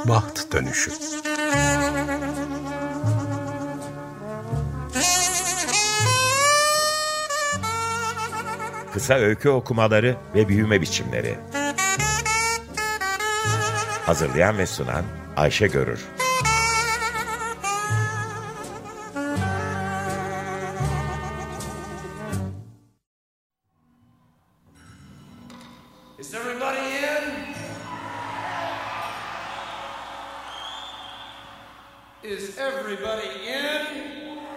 Baht Dönüşü. Kısa öykü okumaları ve büyüme biçimleri. Hazırlayan ve sunan Ayşe Görür. Is everybody in? Is everybody in?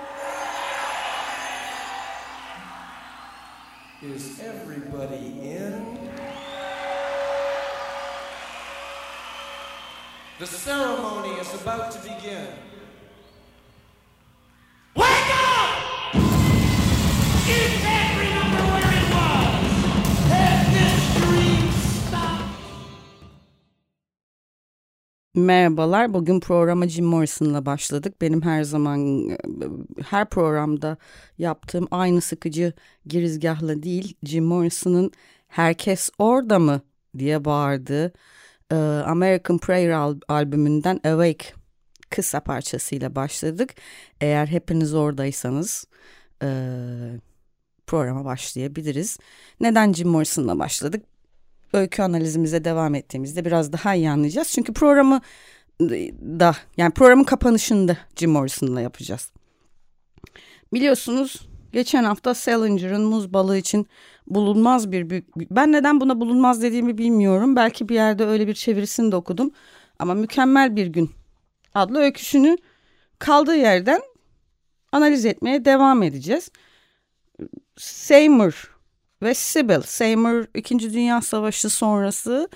Is everybody in? The ceremony is about to begin. Wake up! Is every number where it was? Has this dream stopped? Merhabalar, bugün programa Jim Morrison'la başladık. Benim her programda yaptığım aynı sıkıcı girizgahla değil, Jim Morrison'ın "Herkes Orada mı?" diye bağırdığı American Prayer albümünden Awake kısa parçasıyla başladık. Eğer hepiniz oradaysanız programa başlayabiliriz. Neden Jim Morrison'la başladık? Öykü analizimize devam ettiğimizde biraz daha iyi anlayacağız. Çünkü programın kapanışında Jim Morrison'la yapacağız. Biliyorsunuz geçen hafta Salinger'ın Muz Balığı için bulunmaz bir büyük... Ben neden buna bulunmaz dediğimi bilmiyorum. Belki bir yerde öyle bir çevirisini de okudum. Ama Mükemmel Bir Gün adlı öyküsünü kaldığı yerden analiz etmeye devam edeceğiz. Seymour ve Sybil. Seymour 2. Dünya Savaşı sonrası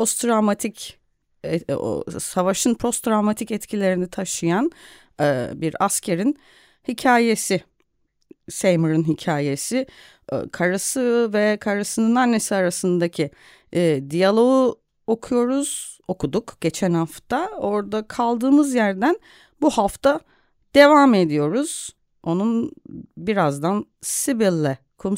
savaşın posttraumatik etkilerini taşıyan bir askerin hikayesi. Seymour'un hikayesi. Karısı ve karısının annesi arasındaki diyaloğu okuduk geçen hafta. Orada kaldığımız yerden bu hafta devam ediyoruz. Onun birazdan Sibyl'le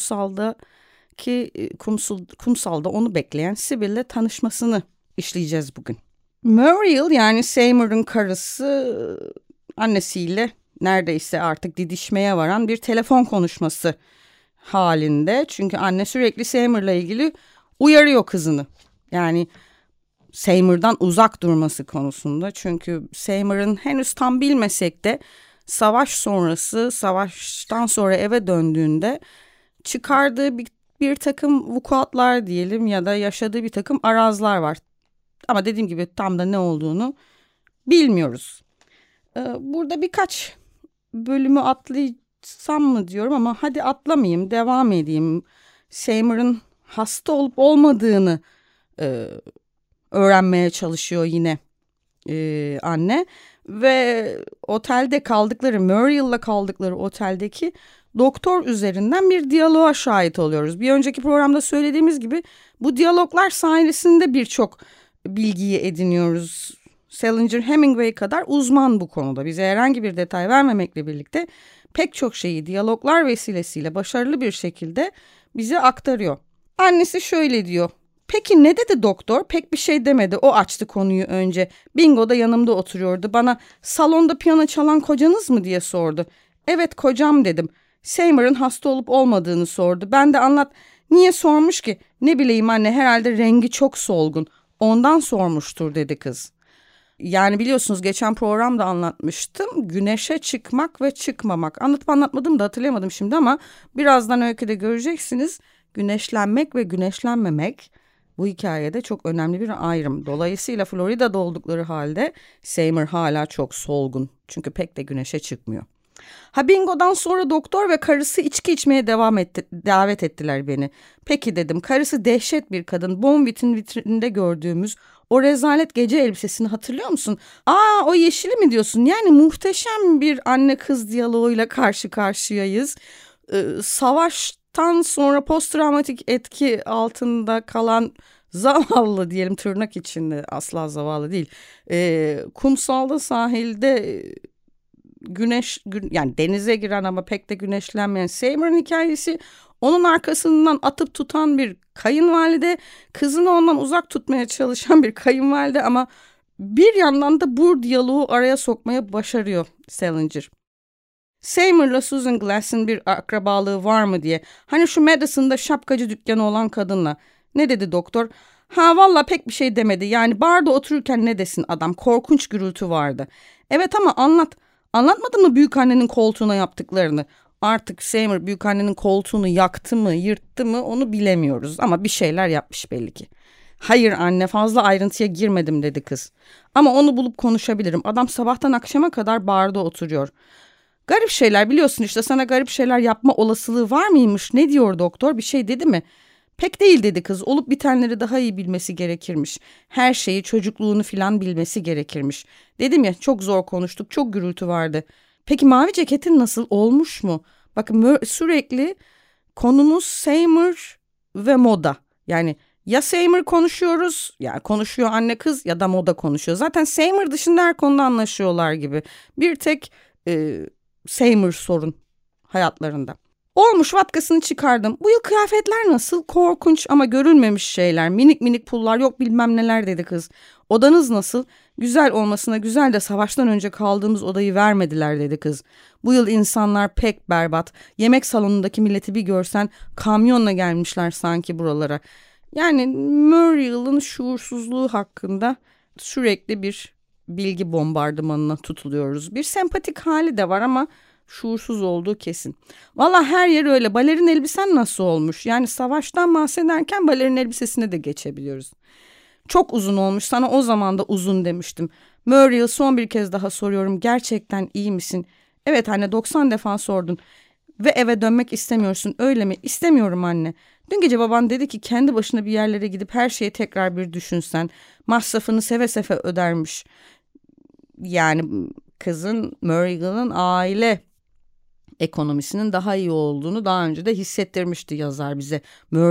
kumsalda onu bekleyen Sibyl'le tanışmasını işleyeceğiz bugün. Muriel, yani Seymour'un karısı, annesiyle neredeyse artık didişmeye varan bir telefon konuşması halinde. Çünkü anne sürekli Seymour'la ilgili uyarıyor kızını. Yani Seymour'dan uzak durması konusunda. Çünkü Seymour'un henüz tam bilmesek de savaştan sonra eve döndüğünde çıkardığı bir takım vukuatlar diyelim ya da yaşadığı bir takım arazlar var. Ama dediğim gibi tam da ne olduğunu bilmiyoruz. Burada birkaç bölümü atlaysam mı diyorum ama hadi atlamayayım, devam edeyim. Seymour'un hasta olup olmadığını öğrenmeye çalışıyor yine anne. Ve Muriel'la kaldıkları oteldeki doktor üzerinden bir diyaloğa şahit oluyoruz. Bir önceki programda söylediğimiz gibi bu diyaloglar sayesinde birçok bilgiyi ediniyoruz. Salinger Hemingway kadar uzman bu konuda. Bize herhangi bir detay vermemekle birlikte pek çok şeyi diyaloglar vesilesiyle başarılı bir şekilde bize aktarıyor. Annesi şöyle diyor. Peki ne dedi doktor? Pek bir şey demedi. O açtı konuyu önce. Bingo da yanımda oturuyordu. Bana salonda piyano çalan kocanız mı diye sordu. Evet kocam dedim. Seymour'un hasta olup olmadığını sordu. Ben de anlat. Niye sormuş ki? Ne bileyim anne, herhalde rengi çok solgun. Ondan sormuştur dedi kız. Yani biliyorsunuz geçen programda anlatmıştım. Güneşe çıkmak ve çıkmamak. Anlatmadım da hatırlayamadım şimdi ama birazdan öyküde göreceksiniz. Güneşlenmek ve güneşlenmemek bu hikayede çok önemli bir ayrım. Dolayısıyla Florida'da oldukları halde Seymour hala çok solgun. Çünkü pek de güneşe çıkmıyor. Bingo'dan sonra doktor ve karısı içki içmeye davet ettiler beni. Peki dedim, karısı dehşet bir kadın. Bonvit'in vitrininde gördüğümüz o rezalet gece elbisesini hatırlıyor musun? O yeşili mi diyorsun? Yani muhteşem bir anne kız diyaloğuyla karşı karşıyayız. Savaştan sonra posttraumatik etki altında kalan zavallı diyelim, tırnak içinde, asla zavallı değil. Kumsalda, sahilde yani denize giren ama pek de güneşlenmeyen Seymour'un hikayesi, onun arkasından atıp tutan bir kayınvalide, kızını ondan uzak tutmaya çalışan bir kayınvalide ama Bir yandan da bu diyaloğu araya sokmaya başarıyor Salinger. Seymour'la Susan Glass'ın bir akrabalığı var mı diye. Hani şu Madison'da şapkacı dükkanı olan kadınla. Ne dedi doktor? Ha valla pek bir şey demedi. Yani barda otururken ne desin adam? Korkunç gürültü vardı. Evet ama anlat. Anlatmadın mı büyükannenin koltuğuna yaptıklarını? Artık Seymour büyükannenin koltuğunu yaktı mı, yırttı mı onu bilemiyoruz. Ama bir şeyler yapmış belli ki. Hayır anne, fazla ayrıntıya girmedim dedi kız. Ama onu bulup konuşabilirim. Adam sabahtan akşama kadar barda oturuyor. Garip şeyler biliyorsun işte, sana garip şeyler yapma olasılığı var mıymış? Ne diyor doktor, bir şey dedi mi? Pek değil dedi kız, olup bitenleri daha iyi bilmesi gerekirmiş. Her şeyi, çocukluğunu filan bilmesi gerekirmiş. Dedim ya, çok zor konuştuk, çok gürültü vardı. Peki mavi ceketin nasıl, olmuş mu? Bakın sürekli konumuz Seymour ve moda. Yani ya Seymour konuşuyoruz, yani konuşuyor anne kız, ya da moda konuşuyor. Zaten Seymour dışında her konuda anlaşıyorlar gibi. Bir tek Seymour sorun hayatlarında. Olmuş, vatkasını çıkardım. Bu yıl kıyafetler nasıl? Korkunç ama görülmemiş şeyler. Minik minik pullar, yok bilmem neler dedi kız. Odanız nasıl? Güzel olmasına güzel de savaştan önce kaldığımız odayı vermediler dedi kız. Bu yıl insanlar pek berbat. Yemek salonundaki milleti bir görsen, kamyonla gelmişler sanki buralara. Yani Muriel'ın şuursuzluğu hakkında sürekli bir bilgi bombardımanına tutuluyoruz. Bir sempatik hali de var ama şuursuz olduğu kesin. Valla her yer öyle. Balerin elbisen nasıl olmuş? Yani savaştan bahsederken balerin elbisesine de geçebiliyoruz. Çok uzun olmuş. Sana o zaman da uzun demiştim. Muriel, son bir kez daha soruyorum. Gerçekten iyi misin? Evet anne, 90 defa sordun. Ve eve dönmek istemiyorsun, öyle mi? İstemiyorum anne. Dün gece baban dedi ki kendi başına bir yerlere gidip her şeyi tekrar bir düşünsen. Masrafını seve seve ödermiş. Yani kızın, Muriel'ın aile ekonomisinin daha iyi olduğunu daha önce de hissettirmişti yazar bize.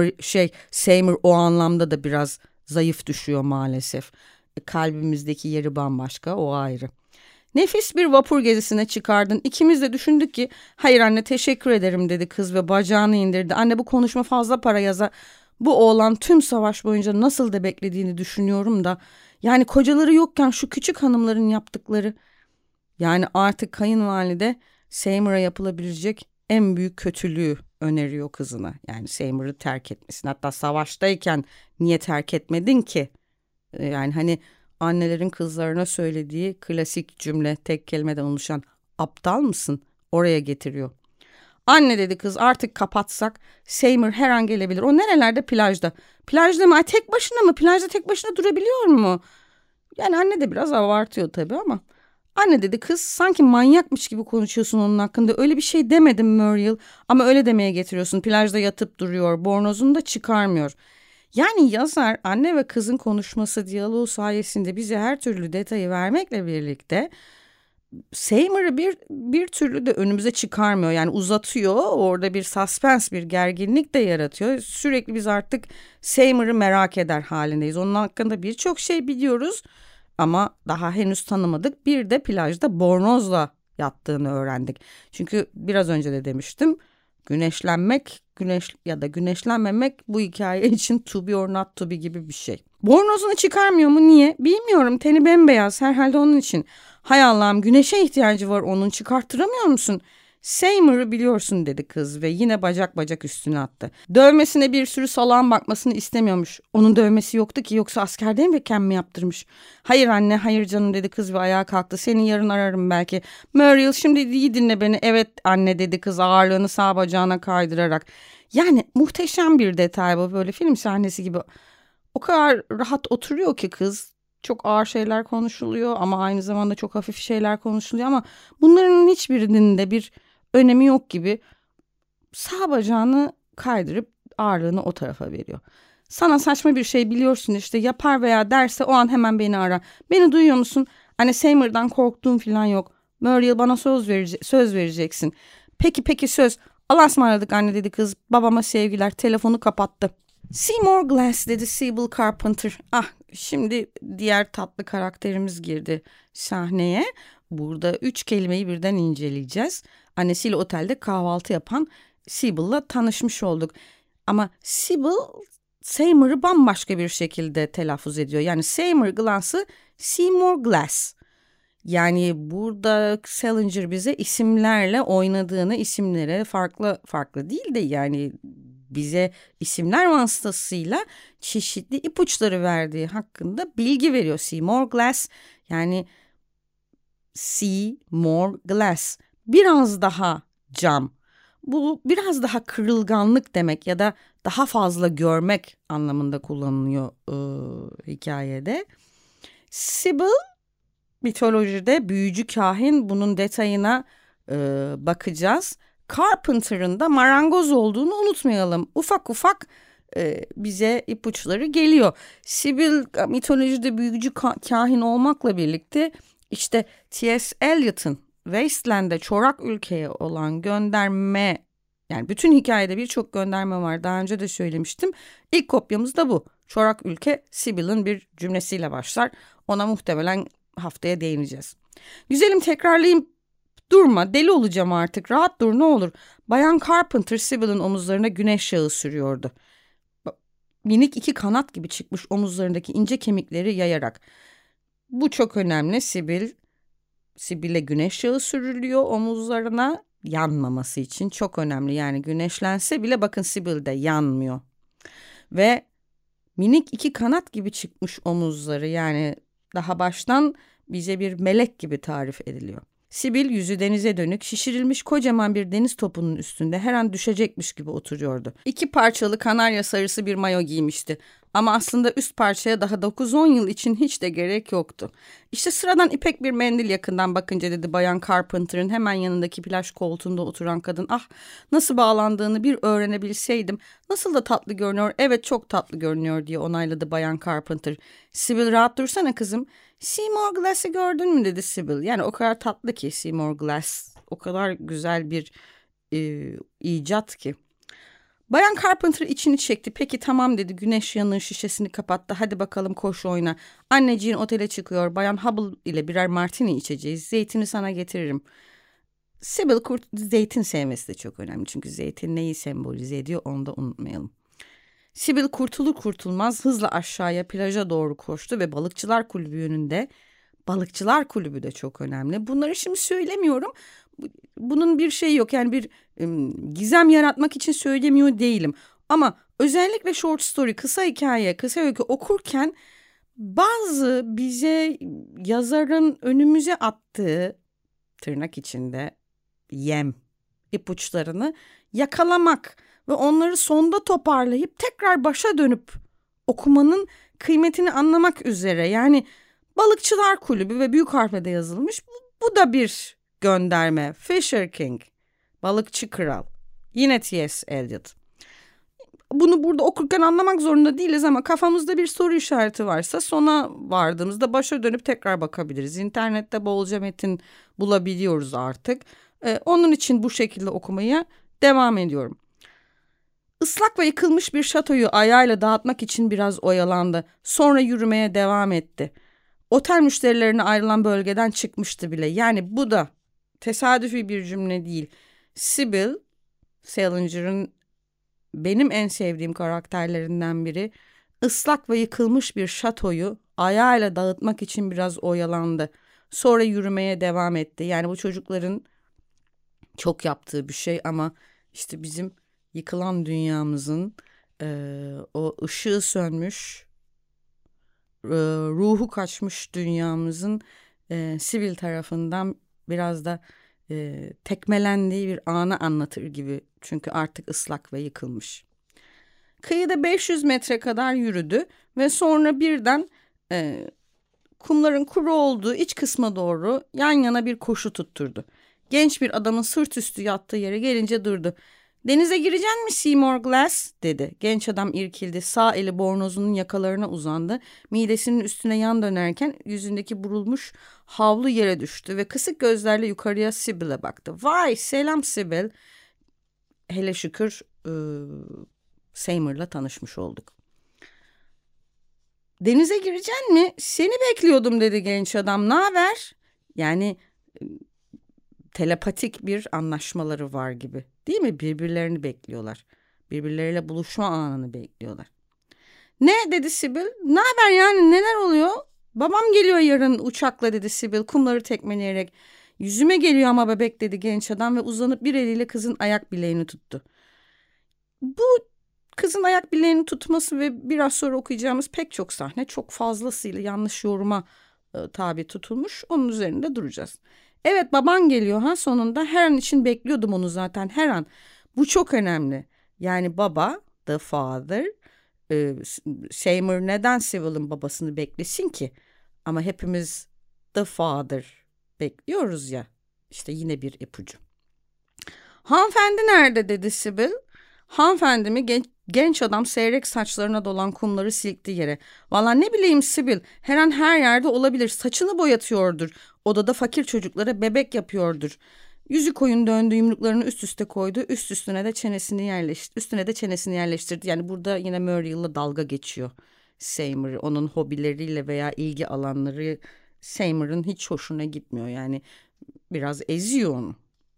Seymour o anlamda da biraz zayıf düşüyor maalesef. Kalbimizdeki yeri bambaşka, o ayrı. Nefis bir vapur gezisine çıkardın. İkimiz de düşündük ki hayır anne teşekkür ederim dedi kız ve bacağını indirdi. Anne, bu konuşma fazla para yazar. Bu oğlan tüm savaş boyunca nasıl da beklediğini düşünüyorum da. Yani kocaları yokken şu küçük hanımların yaptıkları. Yani artık kayınvalide Seymour'a yapılabilecek en büyük kötülüğü öneriyor kızına. Yani Seymour'u terk etmesin. Hatta savaştayken niye terk etmedin ki? Yani hani annelerin kızlarına söylediği klasik cümle, tek kelimeden oluşan aptal mısın? Oraya getiriyor. Anne dedi kız, artık kapatsak. Seymour her an gelebilir. O nerelerde? Plajda. Plajda mı? Ay, tek başına mı? Plajda tek başına durabiliyor mu? Yani anne de biraz abartıyor tabii ama. Anne dedi kız, sanki manyakmış gibi konuşuyorsun onun hakkında. Öyle bir şey demedim Muriel, ama öyle demeye getiriyorsun. Plajda yatıp duruyor, bornozunu da çıkarmıyor. Yani yazar anne ve kızın konuşması, diyaloğu sayesinde bize her türlü detayı vermekle birlikte Seymour'ı bir türlü de önümüze çıkarmıyor. Yani uzatıyor, orada bir suspense, bir gerginlik de yaratıyor. Sürekli biz artık Seymour'ı merak eder halindeyiz. Onun hakkında birçok şey biliyoruz ama daha henüz tanımadık. Bir de plajda bornozla yattığını öğrendik. Çünkü biraz önce de demiştim, güneşlenmek, ya da güneşlenmemek bu hikaye için to be or not to be gibi bir şey. Bornozunu çıkarmıyor mu? Niye? Bilmiyorum. Teni bembeyaz, herhalde onun için. Hay Allah'ım, güneşe ihtiyacı var onun, çıkarttıramıyor musun? Seymour'u biliyorsun dedi kız ve yine bacak bacak üstüne attı. Dövmesine bir sürü salağın bakmasını istemiyormuş. Onun dövmesi yoktu ki, yoksa askerdeyken mi yaptırmış? Hayır anne, hayır canım dedi kız ve ayağa kalktı. Seni yarın ararım belki. Muriel, şimdi iyi dinle beni. Evet anne dedi kız, ağırlığını sağ bacağına kaydırarak. Yani muhteşem bir detay bu, böyle film sahnesi gibi. O kadar rahat oturuyor ki kız. Çok ağır şeyler konuşuluyor ama aynı zamanda çok hafif şeyler konuşuluyor ama bunların hiçbirinin de bir önemi yok gibi. Sağ bacağını kaydırıp ağırlığını o tarafa veriyor. Sana saçma bir şey biliyorsun işte, yapar veya derse o an hemen beni ara. Beni duyuyor musun? Hani Seymour'dan korktuğum falan yok. Muriel, bana söz vereceksin. Peki söz. Allah'a ısmarladık anne dedi kız. Babama sevgiler. Telefonu kapattı. Seymour Glass dedi Sybil Carpenter. Ah, şimdi diğer tatlı karakterimiz girdi sahneye. Burada 3 kelimeyi birden inceleyeceğiz. Annesiyle otelde kahvaltı yapan Sybil'la tanışmış olduk. Ama Sybil Seymour'u bambaşka bir şekilde telaffuz ediyor. Yani Seymour Glass'ı Seymour Glass. Yani burada Salinger bize isimlerle oynadığını, isimlere farklı değil de yani bize isimler vasıtasıyla çeşitli ipuçları verdiği hakkında bilgi veriyor. Seymour Glass, yani Seymour Glass, biraz daha cam. Bu biraz daha kırılganlık demek ya da daha fazla görmek anlamında kullanılıyor hikayede. Sybil mitolojide büyücü kahin, bunun detayına bakacağız. Carpenter'ın da marangoz olduğunu unutmayalım. Ufak ufak bize ipuçları geliyor. Sybil mitolojide büyücü kahin olmakla birlikte işte T.S. Eliot'ın Wasteland'e, çorak ülkeye olan gönderme, yani bütün hikayede birçok gönderme var. Daha önce de söylemiştim. İlk kopyamız da bu. Çorak ülke Sybil'in bir cümlesiyle başlar. Ona muhtemelen haftaya değineceğiz. Güzelim, tekrarlayayım durma, deli olacağım artık, rahat dur ne olur. Bayan Carpenter Sybil'in omuzlarına güneş yağı sürüyordu. Minik iki kanat gibi çıkmış omuzlarındaki ince kemikleri yayarak. Bu çok önemli. Sibyl'e güneş yağı sürülüyor omuzlarına, yanmaması için çok önemli. Yani güneşlense bile bakın Sibyl'de yanmıyor. Ve minik iki kanat gibi çıkmış omuzları, yani daha baştan bize bir melek gibi tarif ediliyor. Sybil yüzü denize dönük, şişirilmiş kocaman bir deniz topunun üstünde her an düşecekmiş gibi oturuyordu. 2 parçalı kanarya sarısı bir mayo giymişti. Ama aslında üst parçaya daha 9-10 yıl için hiç de gerek yoktu. İşte sıradan ipek bir mendil yakından bakınca, dedi Bayan Carpenter'ın hemen yanındaki plaj koltuğunda oturan kadın. Ah, nasıl bağlandığını bir öğrenebilseydim. Nasıl da tatlı görünüyor. Evet, çok tatlı görünüyor diye onayladı Bayan Carpenter. Sybil, rahat dursana kızım. Seymour Glass'ı gördün mü, dedi Sybil. Yani o kadar tatlı ki Seymour Glass. O kadar güzel bir icat ki. Bayan Carpenter içini çekti. Peki tamam, dedi. Güneş yanığı şişesini kapattı. Hadi bakalım, koş oyna. Anneciğin otele çıkıyor. Bayan Hubble ile birer martini içeceğiz. Zeytini sana getiririm. Sybil zeytin sevmesi de çok önemli. Çünkü zeytin neyi sembolize ediyor onu da unutmayalım. Sybil kurtulur kurtulmaz hızla aşağıya, plaja doğru koştu ve balıkçılar kulübü yönünde. Balıkçılar kulübü de çok önemli. Bunları şimdi söylemiyorum. Bunun bir şeyi yok. Yani bir gizem yaratmak için söylemiyor değilim. Ama özellikle short story, kısa hikaye, kısa öykü okurken bazı bize yazarın önümüze attığı, tırnak içinde, yem ipuçlarını yakalamak ve onları sonda toparlayıp tekrar başa dönüp okumanın kıymetini anlamak üzere. Yani Balıkçılar Kulübü ve büyük harfle yazılmış. Bu da bir gönderme. Fisher King, Balıkçı Kral. Yine T.S. Eliot. Bunu burada okurken anlamak zorunda değiliz ama kafamızda bir soru işareti varsa sona vardığımızda başa dönüp tekrar bakabiliriz. İnternette bolca metin bulabiliyoruz artık. Onun için bu şekilde okumaya devam ediyorum. Islak ve yıkılmış bir şatoyu ayağıyla dağıtmak için biraz oyalandı. Sonra yürümeye devam etti. Otel müşterilerine ayrılan bölgeden çıkmıştı bile. Yani bu da tesadüfi bir cümle değil. Sybil, Salinger'ın benim en sevdiğim karakterlerinden biri, ıslak ve yıkılmış bir şatoyu ayağıyla dağıtmak için biraz oyalandı. Sonra yürümeye devam etti. Yani bu çocukların çok yaptığı bir şey ama işte bizim yıkılan dünyamızın o ışığı sönmüş, ruhu kaçmış dünyamızın Sybil tarafından biraz da tekmelendiği bir anı anlatır gibi. Çünkü artık ıslak ve yıkılmış. Kıyıda 500 metre kadar yürüdü ve sonra birden kumların kuru olduğu iç kısma doğru yan yana bir koşu tutturdu. Genç bir adamın sırt üstü yattığı yere gelince durdu. "Denize gireceksin mi Seymour Glass?" dedi. Genç adam irkildi. Sağ eli bornozunun yakalarına uzandı. Midesinin üstüne yan dönerken yüzündeki burulmuş havlu yere düştü ve kısık gözlerle yukarıya Sibyl'e baktı. "Vay, selam Sybil. Hele şükür Seymour'la tanışmış olduk." "Denize gireceksin mi? Seni bekliyordum," dedi genç adam. "Ne haber?" Yani telepatik bir anlaşmaları var gibi. Değil mi? Birbirlerini bekliyorlar. Birbirleriyle buluşma anını bekliyorlar. Ne dedi Sibyl? Ne haber yani, neler oluyor? Babam geliyor yarın uçakla dedi Sibyl kumları tekmeleyerek. Yüzüme geliyor ama bebek dedi genç adam ve uzanıp bir eliyle kızın ayak bileğini tuttu. Bu kızın ayak bileğini tutması ve biraz sonra okuyacağımız pek çok sahne çok fazlasıyla yanlış yoruma tabi tutulmuş. Onun üzerinde duracağız. Evet, baban geliyor ha sonunda. Her an için bekliyordum onu zaten, her an. Bu çok önemli. Yani baba, the father. Seymour neden Sibyl'ın babasını beklesin ki? Ama hepimiz the father bekliyoruz ya. İşte yine bir ipucu. Hanımefendi nerede dedi Sibyl. Hanımefendi mi? Genç adam seyrek saçlarına dolan kumları silkti yere. Valla ne bileyim Sibyl, her an her yerde olabilir. Saçını boyatıyordur. Odada fakir çocuklara bebek yapıyordur. Yüzü koyun döndü, yumruklarını üst üste koydu. Üstüne de çenesini yerleştirdi. Yani burada yine Muriel'la dalga geçiyor Seymour. Onun hobileriyle veya ilgi alanları Seymour'un hiç hoşuna gitmiyor. Yani biraz eziyor onu.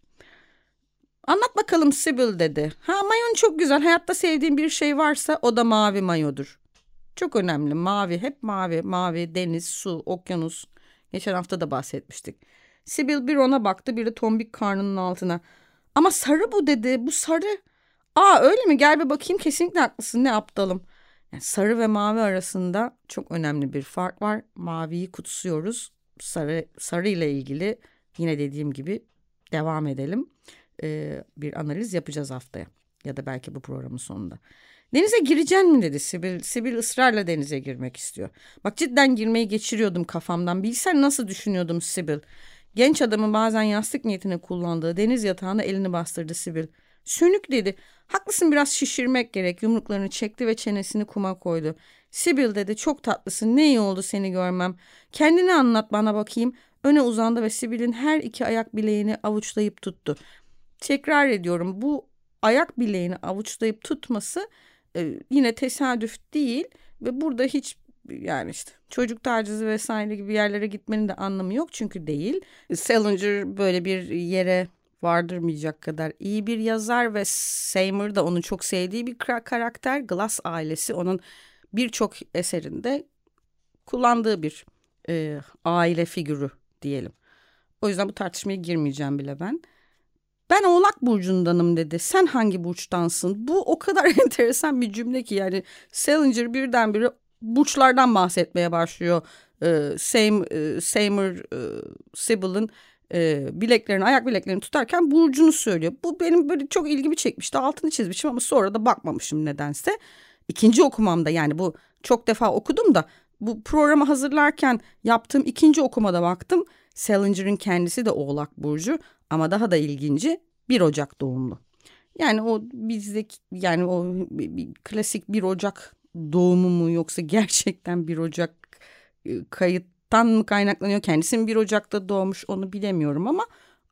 Anlat bakalım Sibyl dedi. Ha, mayon çok güzel. Hayatta sevdiğim bir şey varsa o da mavi mayodur. Çok önemli. Mavi, hep mavi. Mavi, deniz, su, okyanus. Geçen hafta da bahsetmiştik. Sibyl bir ona baktı, bir de tombik karnının altına. Ama sarı bu dedi. Bu sarı. Aa, öyle mi? Gel bir bakayım. Kesinlikle haklısın. Ne aptalım. Yani sarı ve mavi arasında çok önemli bir fark var. Maviyi kutsuyoruz. Sarı ile ilgili yine dediğim gibi devam edelim. Bir analiz yapacağız haftaya. Ya da belki bu programın sonunda. Denize gireceksin mi dedi Sibyl. Sibyl ısrarla denize girmek istiyor. Bak, cidden girmeyi geçiriyordum kafamdan. Bilsen nasıl düşünüyordum Sibyl. Genç adamın bazen yastık niyetine kullandığı deniz yatağına elini bastırdı Sibyl. Sönük dedi. Haklısın, biraz şişirmek gerek. Yumruklarını çekti ve çenesini kuma koydu. Sibyl dedi, çok tatlısın, ne iyi oldu seni görmem. Kendini anlat bana bakayım. Öne uzandı ve Sibyl'in her iki ayak bileğini avuçlayıp tuttu. Tekrar ediyorum, bu ayak bileğini avuçlayıp tutması yine tesadüf değil ve burada hiç yani işte çocuk tacizi vesaire gibi yerlere gitmenin de anlamı yok çünkü değil. Salinger böyle bir yere vardırmayacak kadar iyi bir yazar ve Seymour da onun çok sevdiği bir karakter. Glass ailesi onun birçok eserinde kullandığı bir aile figürü diyelim. O yüzden bu tartışmaya girmeyeceğim bile ben. Ben Oğlak burcundanım dedi. Sen hangi burçtansın? Bu o kadar enteresan bir cümle ki yani Salinger birdenbire burçlardan bahsetmeye başlıyor. Seymour Sibyl'ın ayak bileklerini tutarken burcunu söylüyor. Bu benim böyle çok ilgimi çekmişti. Altını çizmişim ama sonra da bakmamışım nedense. İkinci okumamda, yani bu çok defa okudum da bu programı hazırlarken yaptığım ikinci okumada baktım. Salinger'ın kendisi de Oğlak burcu ama daha da ilginci 1 Ocak doğumlu. Yani o bizdeki yani o bir klasik 1 Ocak doğumu mu yoksa gerçekten 1 Ocak kayıttan mı kaynaklanıyor? Kendisi mi 1 Ocak'ta doğmuş onu bilemiyorum ama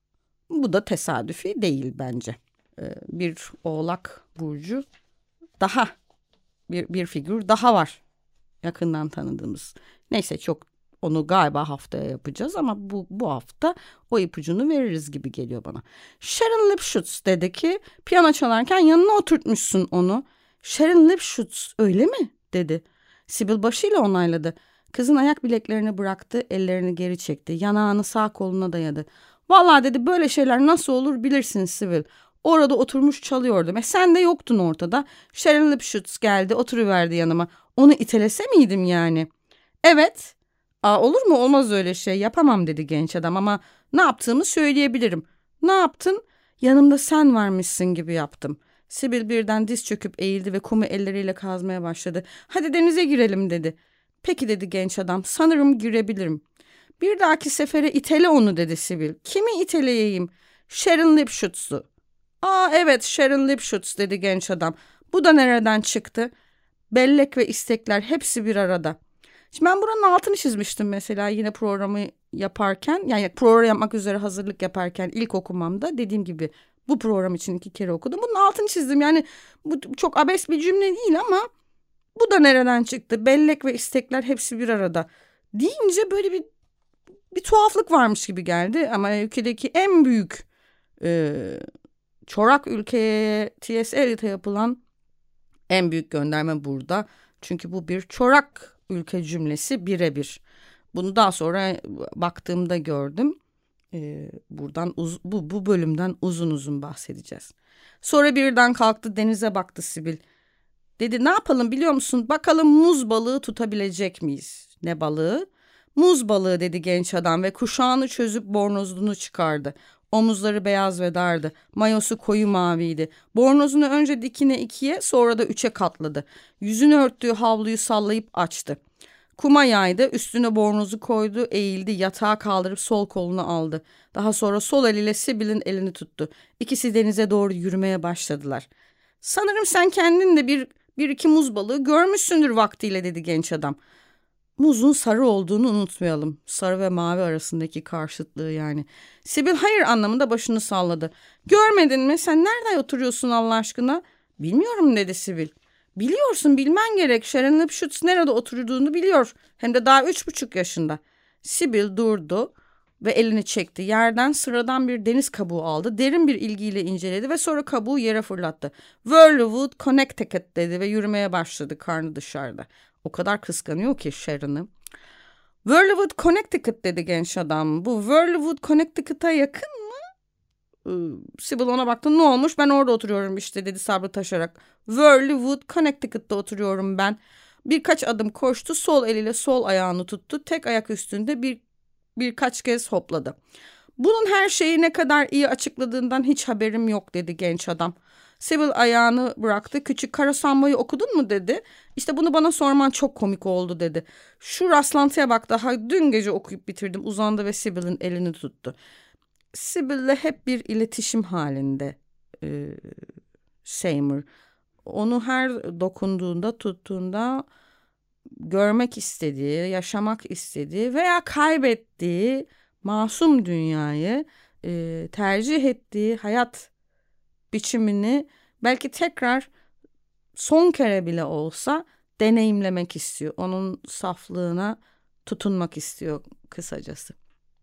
bu da tesadüfi değil bence. Bir Oğlak burcu daha bir figür daha var yakından tanıdığımız. Neyse, çok onu galiba haftaya yapacağız ama bu hafta o ipucunu veririz gibi geliyor bana. Sharon Lipschutz dedi ki piyano çalarken yanına oturtmuşsun onu. Sharon Lipschutz öyle mi dedi. Sibyl başıyla onayladı. Kızın ayak bileklerini bıraktı, ellerini geri çekti. Yanağını sağ koluna dayadı. Vallahi dedi, böyle şeyler nasıl olur bilirsin Sibyl. Orada oturmuş çalıyordum. Sen de yoktun ortada. Sharon Lipschutz geldi, oturuverdi yanıma. Onu itelese miydim yani? Evet. Olur mu? Olmaz öyle şey. Yapamam dedi genç adam ama ne yaptığımı söyleyebilirim. Ne yaptın? Yanımda sen varmışsın gibi yaptım. Sibyl birden diz çöküp eğildi ve kumu elleriyle kazmaya başladı. Hadi denize girelim dedi. Peki dedi genç adam. Sanırım girebilirim. Bir dahaki sefere itele onu dedi Sibyl. Kimi iteleyeyim? Sharon Lipschutz'u. Evet, Sharon Lipschutz dedi genç adam. Bu da nereden çıktı? Bellek ve istekler hepsi bir arada. Şimdi ben buranın altını çizmiştim mesela yine programı yaparken. Yani program yapmak üzere hazırlık yaparken ilk okumamda dediğim gibi bu program için 2 kere okudum. Bunun altını çizdim. Yani bu çok abes bir cümle değil ama bu da nereden çıktı? Bellek ve istekler hepsi bir arada deyince böyle bir tuhaflık varmış gibi geldi. Ama ülkedeki en büyük çorak ülkeye T.S. Eliot'a yapılan en büyük gönderme burada. Çünkü bu bir çorak ülke cümlesi birebir. Bunu daha sonra baktığımda gördüm. Buradan bu bölümden uzun uzun bahsedeceğiz. Sonra birden kalktı, denize baktı Sibyl. Dedi, ne yapalım biliyor musun? Bakalım muz balığı tutabilecek miyiz? Ne balığı? Muz balığı dedi genç adam ve kuşağını çözüp bornozunu çıkardı. Omuzları beyaz ve dardı. Mayosu koyu maviydi. Bornozunu önce dikine 2'ye sonra da 3'e katladı. Yüzünü örttüğü havluyu sallayıp açtı. Kuma yaydı, üstüne bornozu koydu, eğildi, yatağa kaldırıp sol kolunu aldı. Daha sonra sol eliyle Sibyl'in elini tuttu. İkisi denize doğru yürümeye başladılar. Sanırım sen kendin de bir iki muz balığı görmüşsündür vaktiyle dedi genç adam. Muzun sarı olduğunu unutmayalım. Sarı ve mavi arasındaki karşıtlığı yani. Sibyl hayır anlamında başını salladı. Görmedin mi? Sen nerede oturuyorsun Allah aşkına? Bilmiyorum dedi Sibyl. Biliyorsun, bilmen gerek. Sharon Lipschutz nerede oturduğunu biliyor. Hem de daha 3,5 yaşında. Sibyl durdu ve elini çekti. Yerden sıradan bir deniz kabuğu aldı. Derin bir ilgiyle inceledi ve sonra kabuğu yere fırlattı. Whirlwood, Connecticut dedi ve yürümeye başladı, karnı dışarıda. O kadar kıskanıyor ki Sharon'ı. Whirlwood, Connecticut dedi genç adam. Bu Whirlwood, Connecticut'a yakın mı? Sibyl ona baktı. Ne olmuş? Ben orada oturuyorum işte dedi sabrı taşarak. Whirlwood, Connecticut'ta oturuyorum ben. Birkaç adım koştu. Sol eliyle sol ayağını tuttu. Tek ayak üstünde birkaç kez hopladı. Bunun her şeyi ne kadar iyi açıkladığından hiç haberim yok dedi genç adam. Sibyl ayağını bıraktı. Küçük kara sambayı okudun mu dedi. İşte bunu bana sorman çok komik oldu dedi. Şu rastlantıya bak, daha dün gece okuyup bitirdim. Uzandı ve Sibyl'in elini tuttu. Sibyl'le hep bir iletişim halinde Seymour. Onu her dokunduğunda, tuttuğunda görmek istediği, yaşamak istediği veya kaybettiği masum dünyayı tercih ettiği hayat biçimini belki tekrar son kere bile olsa deneyimlemek istiyor. Onun saflığına tutunmak istiyor kısacası.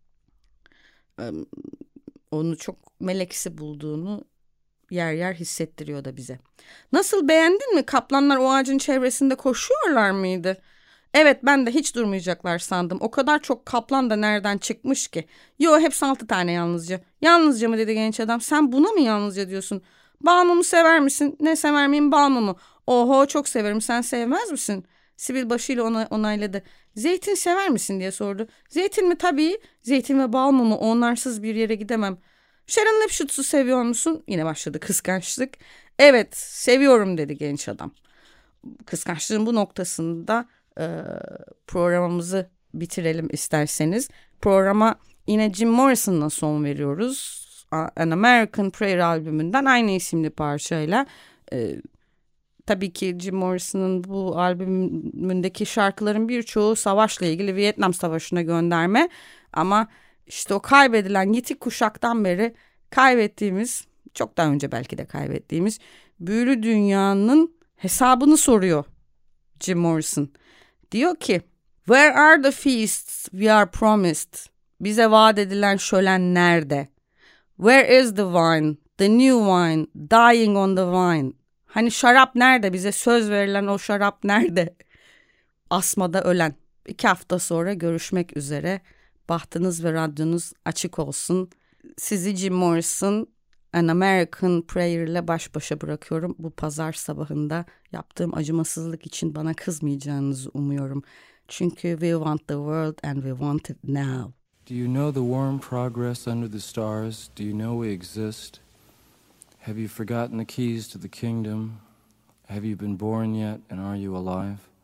Onu çok meleksi bulduğunu yer yer hissettiriyor da bize. Nasıl, beğendin mi? Kaplanlar o ağacın çevresinde koşuyorlar mıydı? Evet, ben de hiç durmayacaklar sandım. O kadar çok kaplan da nereden çıkmış ki? Yo, hepsi 6 tane yalnızca. Yalnızca mı dedi genç adam. Sen buna mı yalnızca diyorsun? Bal mumu sever misin? Ne sever miyim, bal mumu? Oho, çok severim, sen sevmez misin? Sibyl başıyla onayladı. Zeytin sever misin diye sordu. Zeytin mi? Tabii. Zeytin ve bal mumu, onlarsız bir yere gidemem. Sharon Lipschutz'u seviyor musun? Yine başladı kıskançlık. Evet, seviyorum dedi genç adam. Kıskançlığın bu noktasında programımızı bitirelim isterseniz. Programa yine Jim Morrison'la son veriyoruz. An American Prayer albümünden aynı isimli parçayla. Tabii ki Jim Morrison'ın bu albümündeki şarkıların birçoğu savaşla ilgili, Vietnam Savaşı'na gönderme. Ama işte o kaybedilen yitik kuşaktan beri kaybettiğimiz, çok daha önce belki de kaybettiğimiz büyülü dünyanın hesabını soruyor Jim Morrison. Diyor ki, "Where are the feasts we are promised?" Bize vaat edilen şölen nerede? Where is the wine, the new wine, dying on the vine? Hani şarap nerede? Bize söz verilen o şarap nerede? Asmada ölen. 2 hafta sonra görüşmek üzere. Bahtınız ve radyonuz açık olsun. Sizi Jim Morrison, An American Prayer ile baş başa bırakıyorum. Bu pazar sabahında yaptığım acımasızlık için bana kızmayacağınızı umuyorum. Çünkü we want the world and we want it now. Do you know the warm progress under the stars? Do you know we exist? Have you forgotten the keys to the kingdom? Have you been born yet, and are you alive?